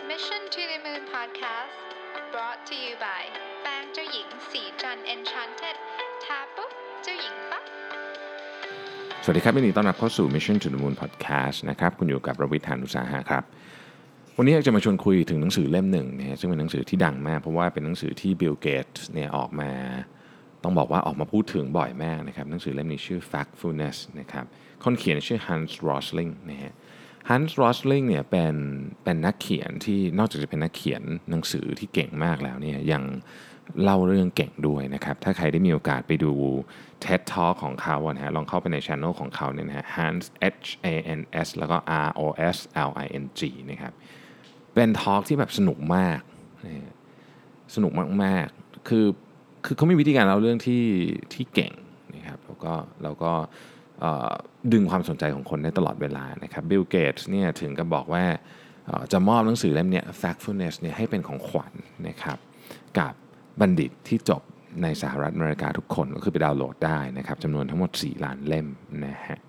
Mission to the Moon Podcast brought to you by แป้งเจ้าหญิงสีจัน Enchanted ทาปุ๊บเจ้าหญิงปั๊บสวัสดีครับยินดีต้อนรับเข้าสู่ Mission to the Moon Podcast นะครับคุณอยู่กับรวิทย์ หาญอุตสาหะครับวันนี้อยากจะมาชวนคุยถึงหนังสือเล่มหนึ่งนะฮะซึ่งเป็นหนังสือที่ดังมากเพราะว่าเป็นหนังสือที่บิล เกตส์เนี่ยออกมาต้องบอกว่าออกมาพูดถึงบ่อยมากนะครับหนังสือเล่มนี้ชื่อ Factfulness นะครับคนเขียนชื่อ Hans Rosling นะฮะ Hans Rosling เนี่ยเป็นนักเขียนที่นอกจากจะเป็นนักเขียนหนังสือที่เก่งมากแล้วเนี่ยยังเล่าเรื่องเก่งด้วยนะครับถ้าใครได้มีโอกาสไปดู TED Talk ของเขานะฮะลองเข้าไปใน channel ของเขาเนี่ยนะฮะ Hans H-A-N-S แล้วก็ R-O-S-L-I-N-G นะครับเป็นทอล์กที่แบบสนุกมากสนุกมากๆคือเขามีวิธีการเล่าเรื่องที่เก่งนะครับแล้วก็ดึงความสนใจของคนได้ตลอดเวลานะครับบิล เกตส์เนี่ยถึงกับบอกว่าจะมอบหนังสือเล่มนี้ Factfulness เนี่ยให้เป็นของขวัญนะครับกับบัณฑิตที่จบในสหรัฐอเมริกาทุกคนก็คือไปดาวน์โหลดได้นะครับจำนวนทั้งหมด4 ล้านเล่มนะฮะ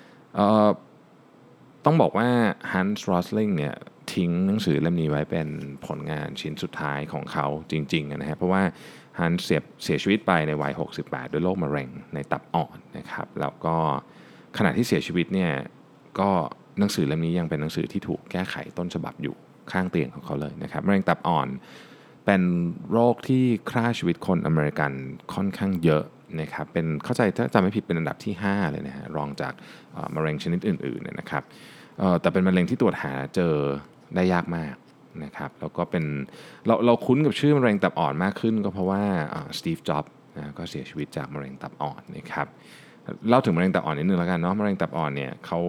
ต้องบอกว่า Hans Rosling เนี่ยทิ้งหนังสือเล่มนี้ไว้เป็นผลงานชิ้นสุดท้ายของเขาจริงๆนะฮะเพราะว่า Hans เสียชีวิตไปในวัย68ด้วยโรคมะเร็งในตับอ่อนนะครับแล้วก็ขณะที่เสียชีวิตเนี่ยก็หนังสือเล่มนี้ยังเป็นหนังสือที่ถูกแก้ไขต้นฉบับอยู่ข้างเตียงของเขาเลยนะครับมะเร็งตับอ่อนเป็นโรคที่ฆ่าชีวิตคนอเมริกันค่อนข้างเยอะนะครับเป็นเข้าใจถ้าจำไม่ผิดเป็นอันดับที่5เลยนะฮะรองจากมะเร็งชนิดอื่นๆนะครับแต่เป็นมะเร็งที่ตรวจหาเจอได้ยากมากนะครับแล้วก็เป็นเราคุ้นกับชื่อมะเร็งตับอ่อนมากขึ้นก็เพราะว่าสตีฟ จ็อบส์ก็เสียชีวิตจากมะเร็งตับอ่อนนะครับเล่าถึงมะเร็งตับอ่อนนิดนึงแล้วกันเนาะมะเร็งตับอ่อนเนี่ยเขา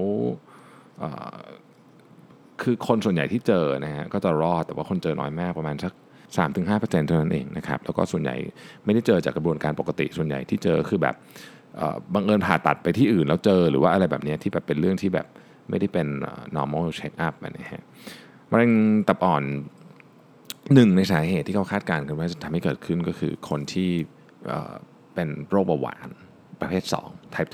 คือคนส่วนใหญ่ที่เจอนะฮะก็จะรอดแต่ว่าคนเจอน้อยมากประมาณสัก 3-5% เท่านั้นเองนะครับแล้วก็ส่วนใหญ่ไม่ได้เจอจากกระบวนการปกติส่วนใหญ่ที่เจอคือแบบบังเอิญผ่าตัดไปที่อื่นแล้วเจอหรือว่าอะไรแบบนี้ที่แบบเป็นเรื่องที่แบบไม่ได้เป็น normal check up นะฮะมะเร็งตับอ่อนหนึ่งในสาเหตุที่เขาคาดการณ์กันว่าจะทำให้เกิดขึ้นก็คือคนที่เป็นโรคเบาหวานประเภท2 type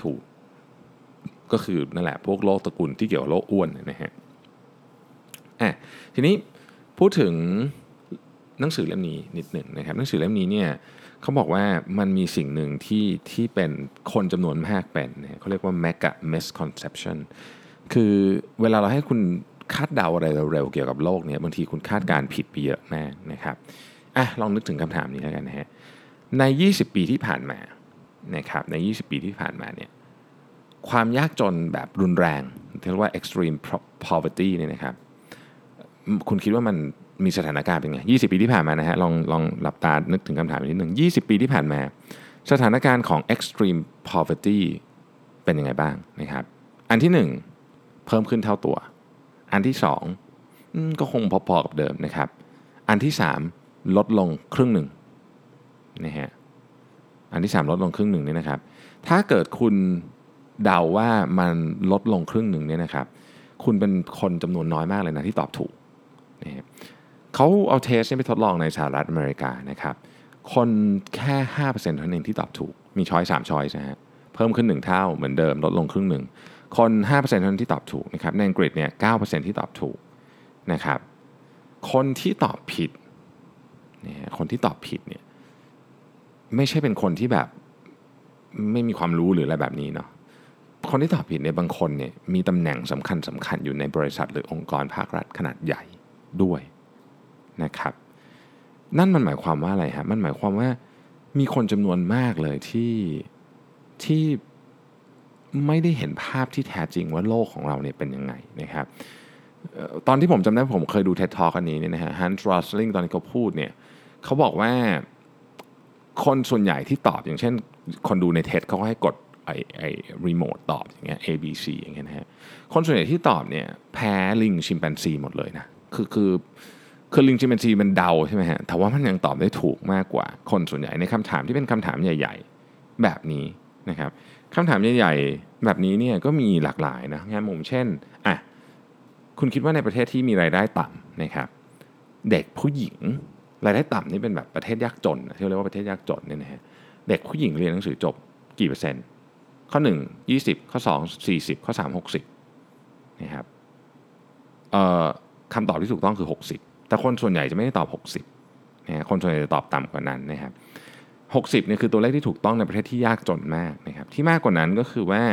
2ก็คือนั่นแหละพวกโรคตระกูลที่เกี่ยวกับโรคอ้วนนะฮะทีนี้พูดถึงหนังสือเล่มนี้นิดหนึ่งนะครับหนังสือเล่มนี้เนี่ยเขาบอกว่ามันมีสิ่งหนึ่งที่เป็นคนจำนวนมากเป็นเขาเรียกว่า mega misconception คือเวลาเราให้คุณคาดเดาอะไรเร็วๆเกี่ยวกับโลกเนี่ยบางทีคุณคาดการผิดไปเยอะมากนะครับลองนึกถึงคำถามนี้แล้วกันนะฮะใน20 ปีที่ผ่านมานะครับใน20 ปีที่ผ่านมาเนี่ยความยากจนแบบรุนแรงที่เรียกว่า extreme poverty เนี่ยนะครับคุณคิดว่ามันมีสถานการณ์เป็นไง20 ปีที่ผ่านมานะฮะลองหลับตานึกถึงคำถามนิดนึง20 ปีที่ผ่านมาสถานการณ์ของ extreme poverty เป็นยังไงบ้างนะครับอันที่1เพิ่มขึ้นเท่าตัวอันที่2ก็คงพอๆกับเดิมนะครับอันที่3ลดลงครึ่งหนึ่งนะฮะอันที่3ลดลงครึ่งหนึ่งนี่นะครับถ้าเกิดคุณเดาว่ามันลดลงครึ่งหนึ่งเนี่ยนะครับคุณเป็นคนจำนวนน้อยมากเลยนะที่ตอบถูกนะเขาเอาเทสไปทดลองในสหรัฐอเมริกานะครับคนแค่ 5% เท่านั้นเองที่ตอบถูกมีช้อยส์3ช้อยส์นะฮะเพิ่มขึ้น1เท่าเหมือนเดิมลดลงครึ่งหนึ่งคน 5% เท่านั้นที่ตอบถูกนะครับในอังกฤษเนี่ย 9% ที่ตอบถูกนะครับคนที่ตอบผิดเนี่ยคนที่ตอบผิดเนี่ยไม่ใช่เป็นคนที่แบบไม่มีความรู้หรืออะไรแบบนี้เนาะคนที่ตอบผิดเนี่ยบางคนเนี่ยมีตำแหน่งสำคัญอยู่ในบริษัทหรือองค์กรภาครัฐขนาดใหญ่ด้วยนะครับนั่นมันหมายความว่าอะไรฮะมันหมายความว่ามีคนจำนวนมากเลยที่ไม่ได้เห็นภาพที่แท้จริงว่าโลกของเราเนี่ยเป็นยังไงนะครับตอนที่ผมจำได้ผมเคยดู TED Talk อันนี้เนี่ยนะฮะ Hans Rosling ตอนที่เขาพูดเนี่ยเขาบอกว่าคนส่วนใหญ่ที่ตอบอย่างเช่นคนดูใน TED เขาก็ให้กดไอ้รีโมทตอบอย่างเงี้ย A B C อย่างเงี้ยนะฮะคนส่วนใหญ่ที่ตอบเนี่ยแพ้ลิงชิมแปนซีหมดเลยนะคือลิงชิมแปนซีมันเดาใช่ไหมฮะแต่ว่ามันยังตอบได้ถูกมากกว่าคนส่วนใหญ่ในคำถามที่เป็นคำถามใหญ่ๆแบบนี้นะครับคำถามใหญ่ๆแบบนี้เนี่ยก็มีหลากหลายนะงานมุมเช่นคุณคิดว่าในประเทศที่มีรายได้ต่ำนะครับเด็กผู้หญิงรายได้ต่ำนี่เป็นแบบประเทศยากจนที่เรียกว่าประเทศยากจนเนี่ยนะฮะเด็กผู้หญิงเรียนหนังสือจบกี่เปอร์เซ็นต์ข้อ1 20ข้อ2 40ข้อ3 60นะครับคำตอบที่ถูกต้องคือ60 แต่คนส่วนใหญ่จะไม่ได้ตอบ60นะคนส่วนใหญ่จะตอบต่ำกว่านั้นนะครับ60เนี่ยคือตัวเลขที่ถูกต้องในประเทศที่ยากจนมากนะครับที่มากกว่านั้นก็คือว่า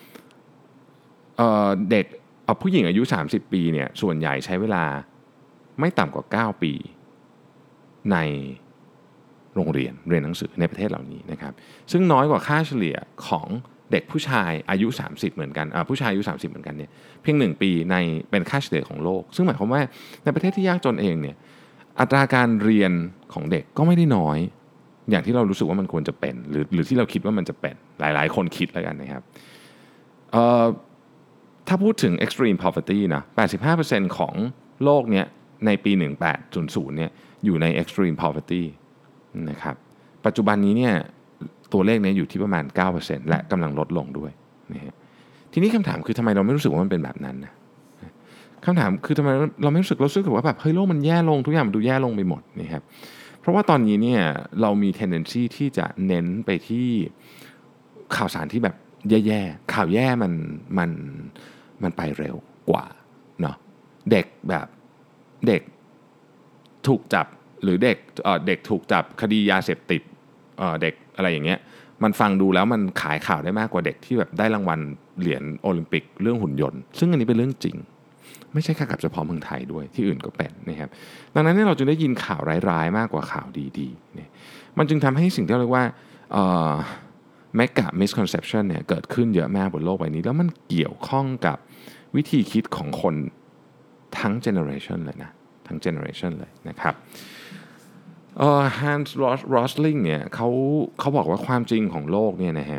เด็กผู้หญิงอายุ30ปีเนี่ยส่วนใหญ่ใช้เวลาไม่ต่ำกว่า9ปีในโรงเรียนหนังสือในประเทศเหล่านี้นะครับซึ่งน้อยกว่าค่าเฉลี่ยของเด็กผู้ชายอายุ30เหมือนกันผู้ชายอายุ30เหมือนกันเนี่ยเพียง1ปีในเป็นค่าเฉลี่ยของโลกซึ่งหมายความว่าในประเทศที่ยากจนเองเนี่ยอัตราการเรียนของเด็กก็ไม่ได้น้อยอย่างที่เรารู้สึกว่ามันควรจะเป็นหรือที่เราคิดว่ามันจะเป็นหลายๆคนคิดแล้วกันนะครับถ้าพูดถึง extreme poverty นะ 85% ของโลกเนี้ยในปี1800เนี่ยอยู่ใน extreme poverty นะครับปัจจุบันนี้เนี่ยตัวเลขนี้อยู่ที่ประมาณ 9% และกำลังลดลงด้วยนะฮะทีนี้คำถามคือทำไมเราไม่รู้สึกว่ามันเป็นแบบนั้นนะคำถามคือทำไมเราไม่รู้สึกว่าแบบเฮ้ยโลกมันแย่ลงทุกอย่างมันดูแย่ลงไปหมดนะครับเพราะว่าตอนนี้เนี่ยเรามี tendency ที่จะเน้นไปที่ข่าวสารที่แบบแย่ๆข่าวแย่มันไปเร็วกว่าเนาะเด็กถูกจับหรือเด็กถูกจับคดียาเสพติดเด็กอะไรอย่างเงี้ยมันฟังดูแล้วมันขายข่าวได้มากกว่าเด็กที่แบบได้รางวัลเหรียญโอลิมปิกเรื่องหุ่นยนต์ซึ่งอันนี้เป็นเรื่องจริงไม่ใช่แค่กับเฉพาะเมืองไทยด้วยที่อื่นก็เป็นนะครับดังนั้นเนี่ยเราจึงได้ยินข่าวร้ายๆมากกว่าข่าวดีๆเนี่ยมันจึงทำให้สิ่งที่เรียกว่าmega misconception เนี่ยเกิดขึ้นเยอะมากบนโลกใบนี้แล้วมันเกี่ยวข้องกับวิธีคิดของคนทั้ง generation เลยนะทั้ง generation เลยนะครับHans Rosling เนี่ยเขาบอกว่าความจริงของโลกเนี่ยนะฮะ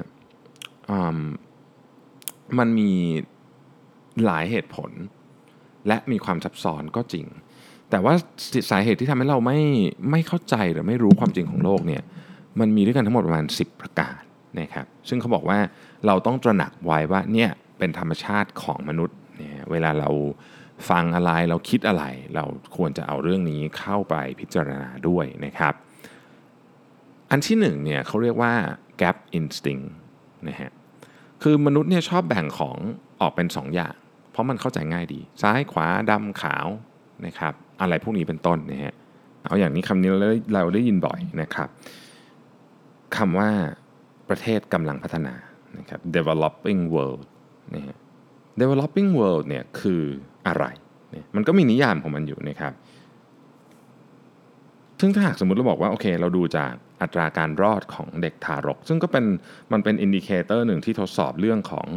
มันมีหลายเหตุผลและมีความซับซ้อนก็จริงแต่ว่าสาเหตุที่ทำให้เราไม่เข้าใจหรือไม่รู้ความจริงของโลกเนี่ยมันมีด้วยกันทั้งหมดประมาณ10ประการนะครับซึ่งเขาบอกว่าเราต้องตระหนักไว้ว่าเนี่ยเป็นธรรมชาติของมนุษย์เนี่ยเวลาเราฟังอะไรเราคิดอะไรเราควรจะเอาเรื่องนี้เข้าไปพิจารณาด้วยนะครับอันที่1เนี่ยเขาเรียกว่า gap instinct นะฮะคือมนุษย์เนี่ยชอบแบ่งของออกเป็น2อย่างเพราะมันเข้าใจง่ายดีซ้ายขวาดำขาวนะครับอะไรพวกนี้เป็นต้นนะฮะเอาอย่างนี้คำนี้เราได้ยินบ่อยนะครับคำว่าประเทศกำลังพัฒนานะครับ developing world นะฮะ developing world เนี่ยคืออะไรเนี่ยมันก็มีนิยามของมันอยู่นะครับซึ่งถ้าหากสมมุติเราบอกว่าโอเคเราดูจากอัตราการรอดของเด็กทารกซึ่งก็มันเป็นอินดิเคเตอร์หนึ่งที่ทดสอบเรื่องของ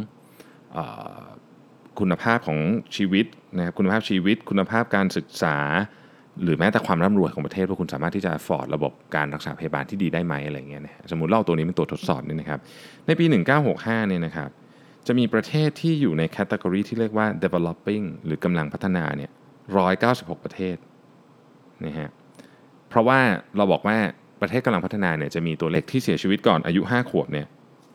คุณภาพของชีวิตนะครับคุณภาพชีวิตคุณภาพการศึกษาหรือแม้แต่ความร่ำรวยของประเทศว่าคุณสามารถที่จะ afford ระบบการรักษาพยาบาลที่ดีได้ไหมอะไรเงี้ยนะสมมุติเราตัวนี้เป็นตัวทดสอบนี่นะครับในปี1965เนี่ยนะครับจะมีประเทศที่อยู่ในแคตตากรีที่เรียกว่า developing หรือกำลังพัฒนาเนี่ย196ประเทศนะฮะเพราะว่าเราบอกว่าประเทศกำลังพัฒนาเนี่ยจะมีตัวเลขที่เสียชีวิตก่อนอายุ5ขวบเนี่ย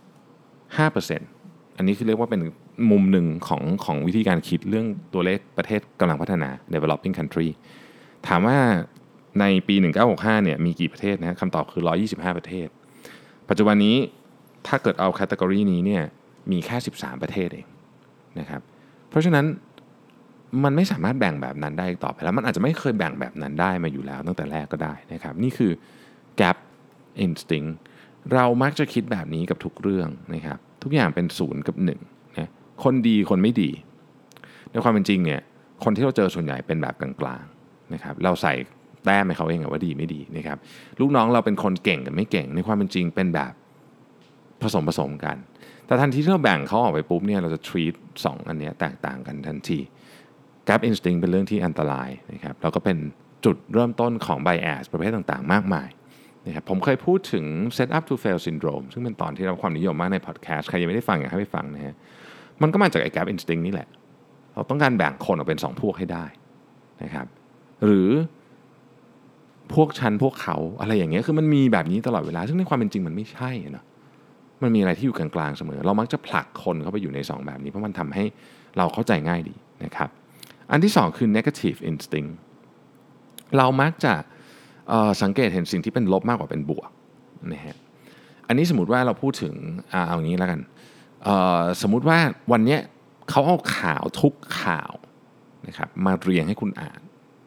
5% อันนี้คือเรียกว่าเป็นมุมหนึ่งของวิธีการคิดเรื่องตัวเลขประเทศกำลังพัฒนา developing country ถามว่าในปี1965เนี่ยมีกี่ประเทศนะคำตอบคือ125ประเทศปัจจุบันนี้ถ้าเกิดเอาแคตตากรีนี้เนี่ยมีแค่13ประเทศเองนะครับเพราะฉะนั้นมันไม่สามารถแบ่งแบบนั้นได้ต่อไปแล้วมันอาจจะไม่เคยแบ่งแบบนั้นได้มาอยู่แล้วตั้งแต่แรกก็ได้นะครับนี่คือ gap instinct เรามักจะคิดแบบนี้กับทุกเรื่องนะครับทุกอย่างเป็น0กับ1นะคนดีคนไม่ดีในความเป็นจริงเนี่ยคนที่เราเจอส่วนใหญ่เป็นแบบกลางๆนะครับเราใส่แต้มให้เขาเองว่าดีไม่ดีนะครับลูกน้องเราเป็นคนเก่งกับไม่เก่งในความเป็นจริงเป็นแบบผสมกันแต่ทันทีที่เราแบ่งเขาออกไปปุ๊บเนี่ยเราจะ treat 2อันนี้แตกต่างกันทันที gap instinct เป็นเรื่องที่อันตรายนะครับแล้วก็เป็นจุดเริ่มต้นของ bias ประเภทต่างๆมากมายนะครับผมเคยพูดถึง set up to fail syndrome ซึ่งเป็นตอนที่เราความนิยมมากในพอดแคสต์ใครยังไม่ได้ฟังอยากให้ไปฟังนะฮะมันก็มาจากไอ้ gap instinct นี่แหละเราต้องการแบ่งคนออกเป็น2พวกให้ได้นะครับหรือพวกฉันพวกเขาอะไรอย่างเงี้ยคือมันมีแบบนี้ตลอดเวลาซึ่งในความเป็นจริงมันไม่ใช่นะมันมีอะไรที่อยู่กลางๆเสมอเรามักจะผลักคนเข้าไปอยู่ใน2แบบนี้เพราะมันทำให้เราเข้าใจง่ายดีนะครับอันที่2คือ negative instinct เรามักจะสังเกตเห็นสิ่งที่เป็นลบมากกว่าเป็นบวกนะฮะอันนี้สมมุติว่าเราพูดถึงเอาอย่างนี้แล้วกันสมมุติว่าวันนี้เขาเอาข่าวทุกข่าวนะครับมาเรียงให้คุณอ่านนะฮะ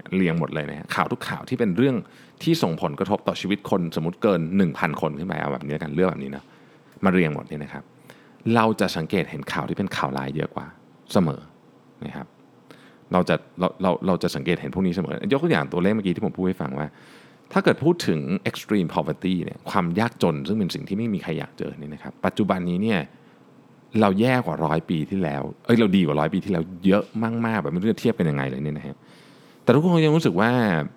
เรียงหมดเลยนะฮะข่าวทุกข่าวที่เป็นเรื่องที่ส่งผลกระทบต่อชีวิตคนสมมุติเกิน 1,000 คนขึ้นไปเอาแบบนี้กันเลือกแบบนี้นะมาเรียงหมดเนี่ยนะครับเราจะสังเกตเห็นข่าวที่เป็นข่าวร้ายเยอะกว่าเสมอนะครับเราจะสังเกตเห็นพวกนี้เสมอยกตัวอย่างตัวเลขเมื่อกี้ที่ผมพูดให้ฟังว่าถ้าเกิดพูดถึง extreme poverty เนี่ยความยากจนซึ่งเป็นสิ่งที่ไม่มีใครอยากเจอเนี่ยนะครับปัจจุบันนี้เนี่ยเราแย่กว่า100 ปีที่แล้วเราดีกว่า100 ปีที่แล้วเยอะมากๆแบบไม่รู้จะเทียบกันยังไงเลยเนี่ยนะฮะแต่ทุกคนยังรู้สึกว่า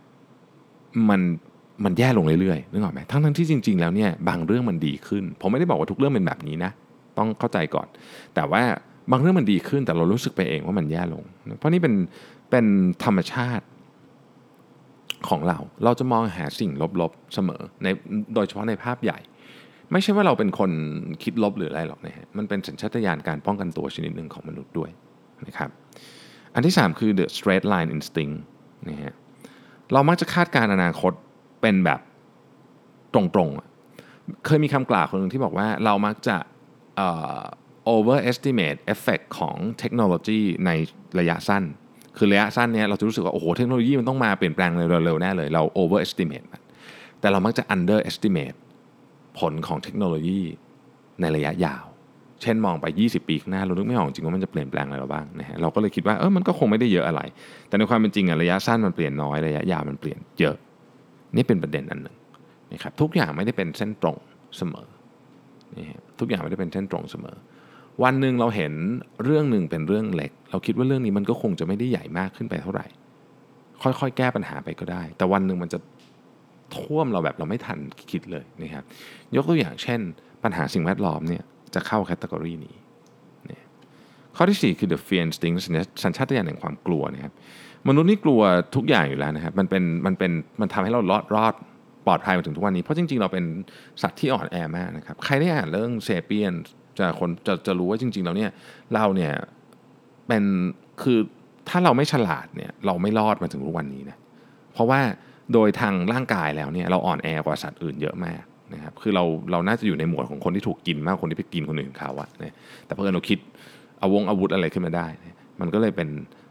มันแย่ลงเรื่อยๆนึกออกไหมทั้งที่จริงๆแล้วเนี่ยบางเรื่องมันดีขึ้นผมไม่ได้บอกว่าทุกเรื่องเป็นแบบนี้นะต้องเข้าใจก่อนแต่ว่าบางเรื่องมันดีขึ้นแต่เรารู้สึกไปเองว่ามันแย่ลงเพราะนี่เป็นธรรมชาติของเราจะมองหาสิ่งลบๆเสมอโดยเฉพาะในภาพใหญ่ไม่ใช่ว่าเราเป็นคนคิดลบหรืออะไรหรอกนะฮะมันเป็นสัญชาตญาณการป้องกันตัวชนิดหนึ่งของมนุษย์ด้วยนะครับอันที่3คือ the straight line instinct นะฮะเรามักจะคาดการณ์อนาคตเป็นแบบตรงๆเคยมีคำกล่าวคนหนึ่งที่บอกว่าเรามักจะoverestimate effect ของเทคโนโลยีในระยะสั้นคือระยะสั้นเนี่ยเราจะรู้สึกว่าโอ้โหเทคโนโลยีมันต้องมาเปลี่ยนแปลงเร็วๆแน่เลยเรา overestimate มันแต่เรามักจะ underestimate ผลของเทคโนโลยีในระยะยาวเช่นมองไป20 ปีข้างหน้าเรานึกไม่ออกจริงว่ามันจะเปลี่ยนแปลงอะไรเราบ้างนะฮะเราก็เลยคิดว่ามันก็คงไม่ได้เยอะอะไรแต่ในความเป็นจริงระยะสั้นมันเปลี่ยนน้อยระยะยาวมันเปลี่ยนเยอะนี่เป็นประเด็นอันหนึ่งนะครับทุกอย่างไม่ได้เป็นเส้นตรงเสมอนี่ทุกอย่างไม่ได้เป็นเส้นตรงเสมอวันหนึ่งเราเห็นเรื่องหนึ่งเป็นเรื่องเล็กเราคิดว่าเรื่องนี้มันก็คงจะไม่ได้ใหญ่มากขึ้นไปเท่าไหร่ค่อยๆแก้ปัญหาไปก็ได้แต่วันหนึ่งมันจะท่วมเราแบบเราไม่ทันคิดเลยนะครับยกตัวอย่างเช่นปัญหาสิ่งแวดล้อมเนี่ยจะเข้าแคตตากรีนี้ข้อที่4คือ the fear instinct สัญชาตญาณแห่งความกลัวนะครับมนุษย์นี่กลัวทุกอย่างอยู่แล้วนะครับมันทำให้เรารอดปลอดภัยมาถึงทุกวันนี้เพราะจริงๆเราเป็นสัตว์ที่อ่อนแอมากนะครับใครได้อ่านเรื่องเซเปียนจะรู้ว่าจริงๆแล้วเนี่ยเราเนี่ยเป็นคือถ้าเราไม่ฉลาดเนี่ยเราไม่รอดมาถึงทุกวันนี้นะเพราะว่าโดยทางร่างกายแล้วเนี่ยเราอ่อนแอกว่าสัตว์อื่นเยอะมากนะครับคือเราน่าจะอยู่ในหมวดของคนที่ถูกกินมากคนที่ไปกินคนอื่นเขาอะนะแต่เพื่อนเราคิดอาวุธอะไรขึ้นมาได้มันก็เลยเป็น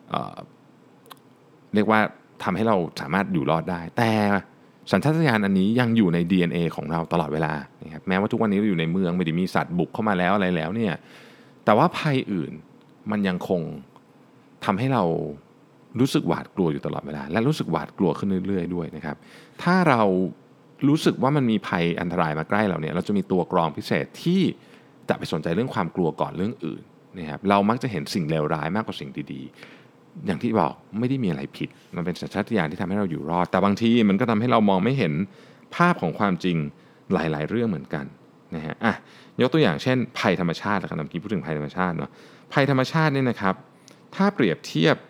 เรียกว่าทำให้เราสามารถอยู่รอดได้แต่สัญชาตญาณอันนี้ยังอยู่ใน DNA ของเราตลอดเวลานะครับแม้ว่าทุกวันนี้เราอยู่ในเมืองไม่ได้มีสัตว์บุกเข้ามาแล้วอะไรแล้วเนี่ยแต่ว่าภัยอื่นมันยังคงทำให้เรารู้สึกหวาดกลัวอยู่ตลอดเวลาและรู้สึกหวาดกลัวขึ้นเรื่อยๆด้วยนะครับถ้าเรารู้สึกว่ามันมีภัยอันตรายมาใกล้เราเนี่ยเราจะมีตัวกรองพิเศษที่จะไปสนใจเรื่องความกลัวก่อนเรื่องอื่นนะครับเรามักจะเห็นสิ่งเลวร้ายมากกว่าสิ่งดีๆอย่างที่บอกไม่ได้มีอะไรผิดมันเป็นสัญชาตญาณที่ทำให้เราอยู่รอดแต่บางทีมันก็ทำให้เรามองไม่เห็นภาพของความจริงหลายๆเรื่องเหมือนกันนะฮะยกตัวอย่างเช่นภัยธรรมชาตินะครับเมื่อกี้พูดถึงภัยธรรมชาติเนาะภัยธรรมชาติเนี่ยนะครับถ้าเปรียบเทียบ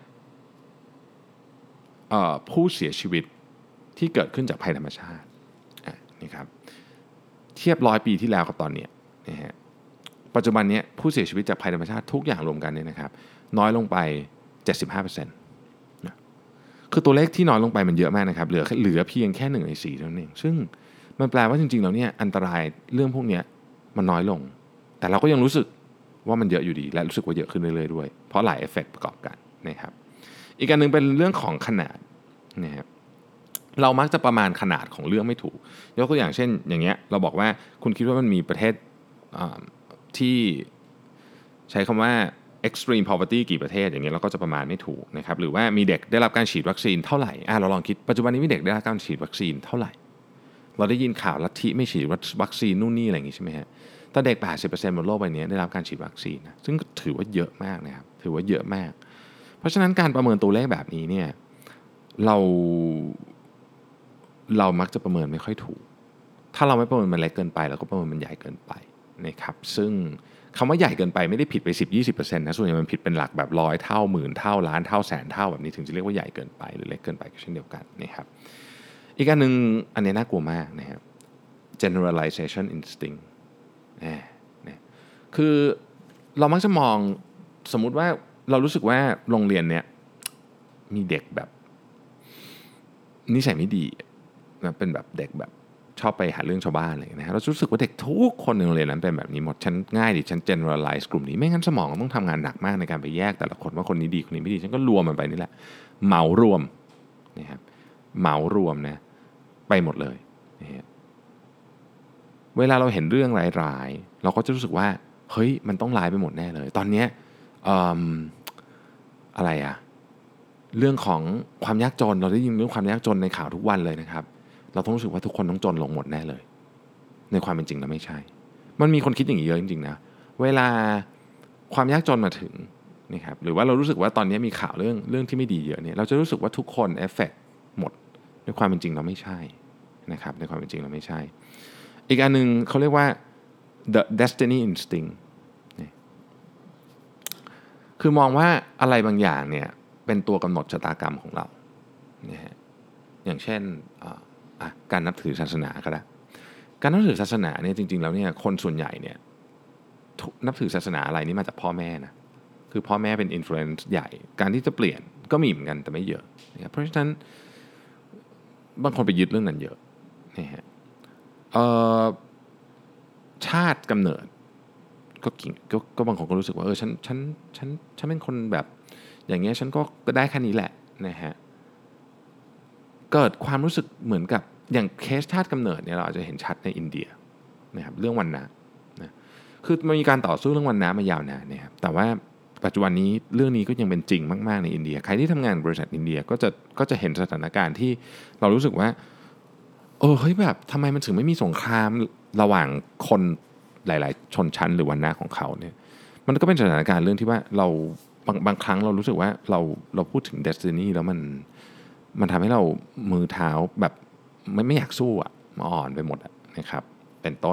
ผู้เสียชีวิตที่เกิดขึ้นจากภัยธรรมชาตินี่ครับเทียบ100 ปีที่แล้วกับตอนนี้นะฮะปัจจุบันนี้ผู้เสียชีวิตจากภัยธรรมชาติทุกอย่างรวมกันเนี่ยนะครับน้อยลงไป 75% นะคือตัวเลขที่น้อยลงไปมันเยอะมากนะครับเหลือเพียงแค่1 ใน 4เท่านั้นเองซึ่งมันแปลว่าจริงๆแล้วเนี่ยอันตรายเรื่องพวกนี้มันน้อยลงแต่เราก็ยังรู้สึกว่ามันเยอะอยู่ดีและรู้สึกว่าเยอะขึ้นเรื่อยๆด้วยเพราะหลายเอฟเฟกต์ประกอบกันนะครับอีกอันนึงเป็นเรื่องของขนาดนะครับเรามักจะประมาณขนาดของเรื่องไม่ถูกยกตัวอย่างเช่นอย่างเงี้ยเราบอกว่าคุณคิดว่ามันมีประเทศที่ใช้คำว่า extreme poverty กี่ประเทศอย่างเงี้ยเราก็จะประมาณไม่ถูกนะครับหรือว่ามีเด็กได้รับการฉีดวัคซีนเท่าไหร่เราลองคิดปัจจุบันนี้มีเด็กได้รับการฉีดวัคซีนเท่าไหร่เราได้ยินข่าวลัทธิไม่ฉีดวัคซีนนู่นนี่อะไรอย่างงี้ใช่ไหมฮะแต่เด็ก 80% บนโลกใบนี้ได้รับการฉีดวัคซีนนะซึ่งถือว่าเยอะมากนะครับถือว่าเยอะมากเพราะฉะนั้นการประเมินตัวเลขแบบนี้เนี่ยเรามักจะประเมินไม่ค่อยถูกถ้าเราไม่ประเมินมันเล็กเกินไปเราก็ประเมินมันใหญ่เกินไปนะครับซึ่งคำว่าใหญ่เกินไปไม่ได้ผิดไป 10-20% นะส่วนใหญ่มันผิดเป็นหลักแบบ100 เท่าหมื่นเท่าล้านเท่าแสนเท่าแบบนี้ถึงจะเรียกว่าใหญ่เกินไปหรือเล็กเกินไปก็เช่นเดียวกันนะครับอีกอันนึงอันนี้น่ากลัวมากนะครับ generalization instinct คือเรามักจะมองสมมุติว่าเรารู้สึกว่าโรงเรียนเนี้ยมีเด็กแบบนิสัยไม่ดีนะเป็นแบบเด็กแบบชอบไปหาเรื่องชาวบ้านอะไรอย่างเงี้ยนะเรารู้สึกว่าเด็กทุกคนในโรงเรียนนั้นเป็นแบบนี้หมดฉันง่ายดิฉัน generalize กลุ่มนี้ไม่งั้นสมองต้องทำงานหนักมากในการไปแยกแต่ละคนว่าคนนี้ดีคนนี้ไม่ดีฉันก็รวมมันไปนี่แหละเหมารวมนะครับเหมารวมนะไปหมดเลยนะฮะเวลาเราเห็นเรื่องร้ายๆเราก็จะรู้สึกว่าเฮ้ยมันต้องร้ายไปหมดแน่เลยตอนนี้อะไรอะเรื่องของความยากจนเราได้ยินเรื่องความยากจนในข่าวทุกวันเลยนะครับเราต้องรู้สึกว่าทุกคนต้องจนลงหมดแน่เลยในความเป็นจริงแล้วไม่ใช่มันมีคนคิดอย่างนี้เยอะจริงๆนะเวลาความยากจนมาถึงนะครับหรือว่าเรารู้สึกว่าตอนนี้มีข่าวเรื่องที่ไม่ดีเยอะเนี่ยเราจะรู้สึกว่าทุกคนเอฟเฟกต์หมดในความเป็นจริงเราไม่ใช่นะครับในความเป็นจริงเราไม่ใช่อีกอันนึงเขาเรียกว่า the destiny instinct คือมองว่าอะไรบางอย่างเนี่ยเป็นตัวกำหนดชะตากรรมของเรานะฮะอย่างเช่นการนับถือศาสนาก็ได้การนับถือศาสนาเนี่ยจริงๆแล้วเนี่ยคนส่วนใหญ่เนี่ยนับถือศาสนาอะไรนี่มาจากพ่อแม่นะคือพ่อแม่เป็นอินฟลูเอนซ์ใหญ่การที่จะเปลี่ยนก็มีเหมือนกันแต่ไม่เยอะนะเพราะฉะนั้นบางคนไปยึดเรื่องนั้นเยอะนะฮะชาติกำเนิดก็บางคนก็รู้สึกว่าฉันเป็นคนแบบอย่างเงี้ยฉันก็ได้แค่นี้แหละนะฮะเกิดความรู้สึกเหมือนกับอย่างเคสชาติกำเนิดเนี่ยเราอาจจะเห็นชัดในอินเดียนะครับเรื่องวรรณะนะคือมันมีการต่อสู้เรื่องวรรณะมายาวนานนะครับแต่ว่าปัจจุบันนี้เรื่องนี้ก็ยังเป็นจริงมากๆในอินเดียใครที่ทำงานบริษัทอินเดียก็จะเห็นสถานการณ์ที่เรารู้สึกว่าเฮ้ยแบบทำไมมันถึงไม่มีสงครามระหว่างคนหลายๆชนชั้นหรือวรรณะของเขาเนี่ยมันก็เป็นสถานการณ์เรื่องที่ว่าเราบางครั้งเรารู้สึกว่าเราพูดถึง destiny แล้วมันทำให้เรามือเท้าแบบไม่อยากสู้มาอ่อนไปหมดนะครับเป็นต้น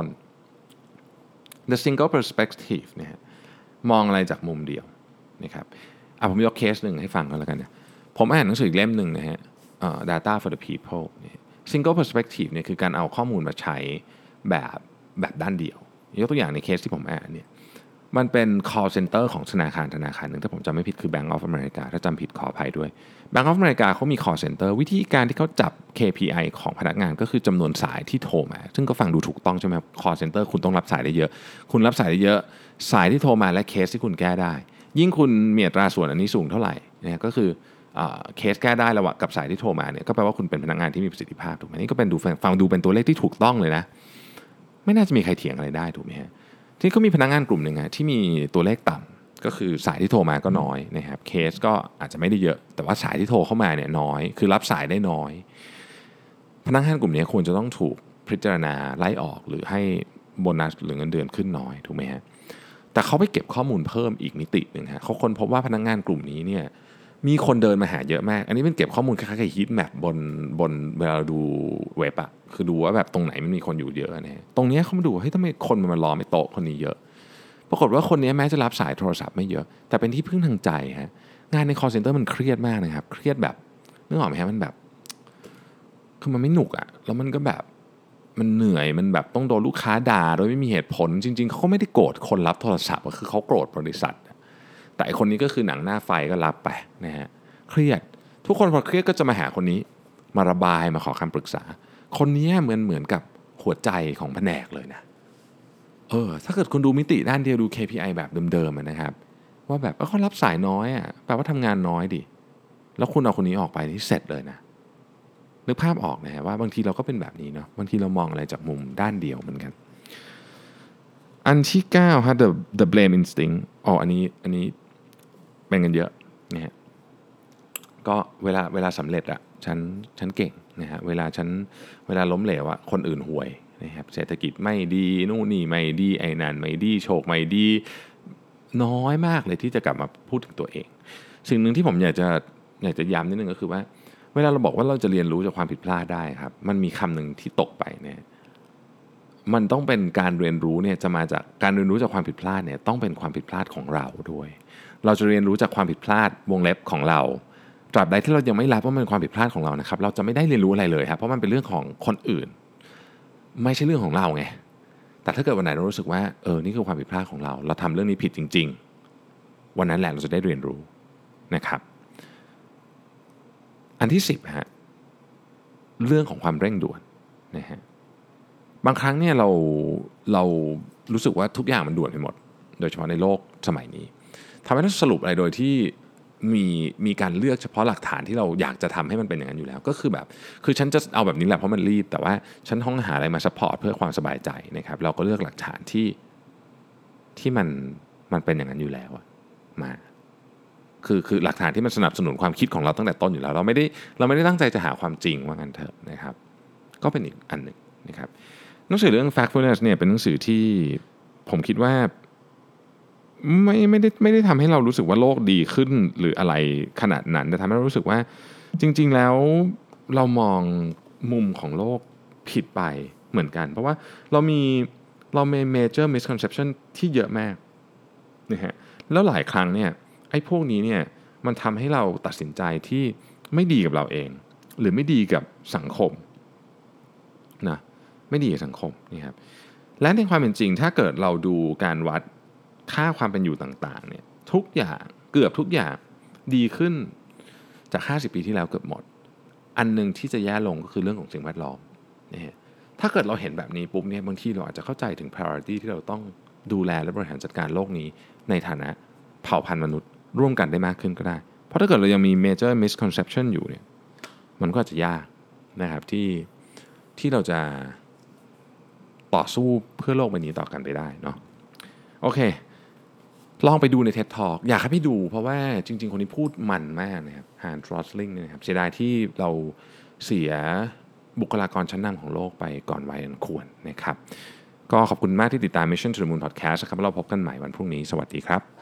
the single perspective เนี่ยมองอะไรจากมุมเดียวนะครับผมยกเคสหนึ่งให้ฟังกันแล้วกันนะผมอ่านหนังสืออีกเล่มหนึ่งนะฮะdata for the people single perspective เนี่ยคือการเอาข้อมูลมาใช้แบบด้านเดียวยกตัวอย่างในเคสที่ผมอ่านเนี่ยมันเป็น call center ของธนาคารหนึ่งถ้าผมจำไม่ผิดคือ Bank of America ถ้าจำผิดขออภัยด้วย Bank of America เขามี call center วิธีการที่เขาจับ KPI ของพนักงานก็คือจำนวนสายที่โทรมาซึ่งก็ฟังดูถูกต้องใช่ไหมครับ call center คุณต้องรับสายได้เยอะคุณรับสายได้เยอะสายที่โทรมาและเคสที่คุณแก้ได้ยิ่งคุณมีอัตราส่วนอันนี้สูงเท่าไหร่นะก็คือเคสแก้ได้ระหว่างกับสายที่โทรมาเนี่ยก็แปลว่าคุณเป็นพนักงานที่มีประสิทธิภาพถูกไหมนี่ก็เป็นฟังดูเป็นตัวเลขที่ถูกต้องเลยนะไม่น่าจะมีใครเถียงอะไรได้ถูกไหมฮะที่ก็มีพนักงานกลุ่มหนึ่งที่มีตัวเลขต่ำก็คือสายที่โทรมาก็น้อยนะครับเคสก็อาจจะไม่ได้เยอะแต่ว่าสายที่โทรเข้ามาเนี่ยน้อยคือรับสายได้น้อยพนักงานกลุ่มนี้ควรจะต้องถูกพิจารณาไล่ออกหรือให้โบนัสหรือเงินเดือนขึ้นน้อยถูกไหมฮะแต่เขาไปเก็บข้อมูลเพิ่มอีกมิติหนึ่งฮะเขาค้นพบว่าพนักงานกลุ่มนี้เนี่ยมีคนเดินมาหาเยอะมากอันนี้เป็นเก็บข้อมูลคล้ายๆกับฮีทแมปบนเวลาดูเว็บคือดูว่าแบบตรงไหนมันมีคนอยู่เยอะนะตรงนี้เขามาดูว่าเฮ้ยทำไมคนมันมารอในโต๊ะคนนี้เยอะปรากฏว่าคนนี้แม้จะรับสายโทรศัพท์ไม่เยอะแต่เป็นที่พึ่งทางใจฮะงานใน call center มันเครียดมากนะครับเครียดแบบนึกออกไหมฮะมันแบบคือมันไม่หนุกแล้วมันก็แบบมันเหนื่อยมันแบบต้องโดนลูกค้าด่าโดยไม่มีเหตุผลจริงๆเขาไม่ได้โกรธคนรับโทรศัพท์คือเขาโกรธบริษัทแต่ไอคนนี้ก็คือหนังหน้าไฟก็รับไปนะฮะเครียดทุกคนพอเครียดก็จะมาหาคนนี้มาระบายมาขอคำปรึกษาคนนี้เหมือนกับหัวใจของแผนกเลยนะถ้าเกิดคุณดูมิติด้านเดียวดู KPI แบบเดิมๆนะครับว่าแบบเขารับสายน้อยแปลว่าทำงานน้อยดิแล้วคุณเอาคนนี้ออกไปที่เสร็จเลยนะนึกภาพออกนะฮะว่าบางทีเราก็เป็นแบบนี้เนาะบางทีเรามองอะไรจากมุมด้านเดียวเหมือนกันอันที่9ฮะ the blame instinct อันนี้เป็นกันเยอะนะฮะก็เวลาสำเร็จฉันเก่งนะฮะเวลาล้มเหลวคนอื่นห่วยนะครับเศรษฐกิจไม่ดีนู่นนี่ไม่ดีไอ้นั่นไม่ดีโชคไม่ดีน้อยมากเลยที่จะกลับมาพูดถึงตัวเองสิ่งหนึ่งที่ผมอยากจะย้ำนิดนึงก็คือว่าเวลาเราบอกว่าเราจะเรียนรู้จากความผิดพลาดได้ครับมันมีคำหนึ่งที่ตกไปเนี่ยมันต้องเป็นการเรียนรู้เนี่ยจะมาจากการเรียนรู้จากความผิดพลาดเนี่ยต้องเป็นความผิดพลาดของเราด้วยเราจะเรียนรู้จากความผิดพลาดวงเล็บของเราตราบใดที่เรายังไม่รับว่ามันเป็นความผิดพลาดของเรานะครับเราจะไม่ได้เรียนรู้อะไรเลยครับเพราะมันเป็นเรื่องของคนอื่นไม่ใช่เรื่องของเราไงแต่ถ้าเกิดวันไหนเรารู้สึกว่านี่คือความผิดพลาดของเราทำเรื่องนี้ผิดจริงๆวันนั้นแหละเราจะได้เรียนรู้นะครับอันที่10ฮะเรื่องของความเร่งด่วนนะฮะบางครั้งเนี่ยเรารู้สึกว่าทุกอย่างมันด่วนไปหมดโดยเฉพาะในโลกสมัยนี้ทำให้เราสรุปอะไรโดยที่มีการเลือกเฉพาะหลักฐานที่เราอยากจะทำให้มันเป็นอย่างนั้นอยู่แล้วก็คือแบบคือฉันจะเอาแบบนี้แหละเพราะมันรีบแต่ว่าฉันต้องหาอะไรมาซัพพอร์ตเพื่อความสบายใจนะครับเราก็เลือกหลักฐานที่มันเป็นอย่างนั้นอยู่แล้วมาคือหลักฐานที่มันสนับสนุนความคิดของเราตั้งแต่ต้นอยู่แล้วเราไม่ได้ตั้งใจจะหาความจริงว่างั้นเถอะนะครับก็เป็นอีกอันหนึ่งนะครับหนังสือเรื่อง Factfulness เนี่ยเป็นหนังสือที่ผมคิดว่าไม่ได้ทำให้เรารู้สึกว่าโลกดีขึ้นหรืออะไรขนาดนั้นแต่ทำให้เรารู้สึกว่าจริงๆแล้วเรามองมุมของโลกผิดไปเหมือนกันเพราะว่าเรามี major misconception ที่เยอะมากนะฮะแล้วหลายครั้งเนี่ยไอ้พวกนี้เนี่ยมันทำให้เราตัดสินใจที่ไม่ดีกับเราเองหรือไม่ดีกับสังคมนะไม่ดีกับสังคมนี่ครับและในความเป็นจริงถ้าเกิดเราดูการวัดค่าความเป็นอยู่ต่างๆเนี่ยทุกอย่างเกือบทุกอย่างดีขึ้นจาก50ปีที่แล้วเกือบหมดอันนึงที่จะแย่ลงก็คือเรื่องของสิ่งแวดล้อมนะฮะถ้าเกิดเราเห็นแบบนี้ปุ๊บเนี่ยบางทีเราอาจจะเข้าใจถึง priority ที่เราต้องดูแลและบริหารจัดการโลกนี้ในฐานะเผ่าพันธุ์มนุษย์ร่วมกันได้มากขึ้นก็ได้เพราะถ้าเกิดเรายังมี major misconception อยู่เนี่ยมันก็อาจจะยากนะครับที่เราจะต่อสู้เพื่อโลกใบนี้ต่อกันไปได้เนาะโอเคลองไปดูใน TED Talk อยากให้ไปดูเพราะว่าจริงๆคนนี้พูดมันมากนะครับฮานส์ รอสลิงเนี่ยนะครับเสียดายที่เราเสียบุคลากรชั้นนำของโลกไปก่อนวัยอันควรนะครับก็ขอบคุณมากที่ติดตาม Mission to the Moon Podcast นะครับเราพบกันใหม่วันพรุ่งนี้สวัสดีครับ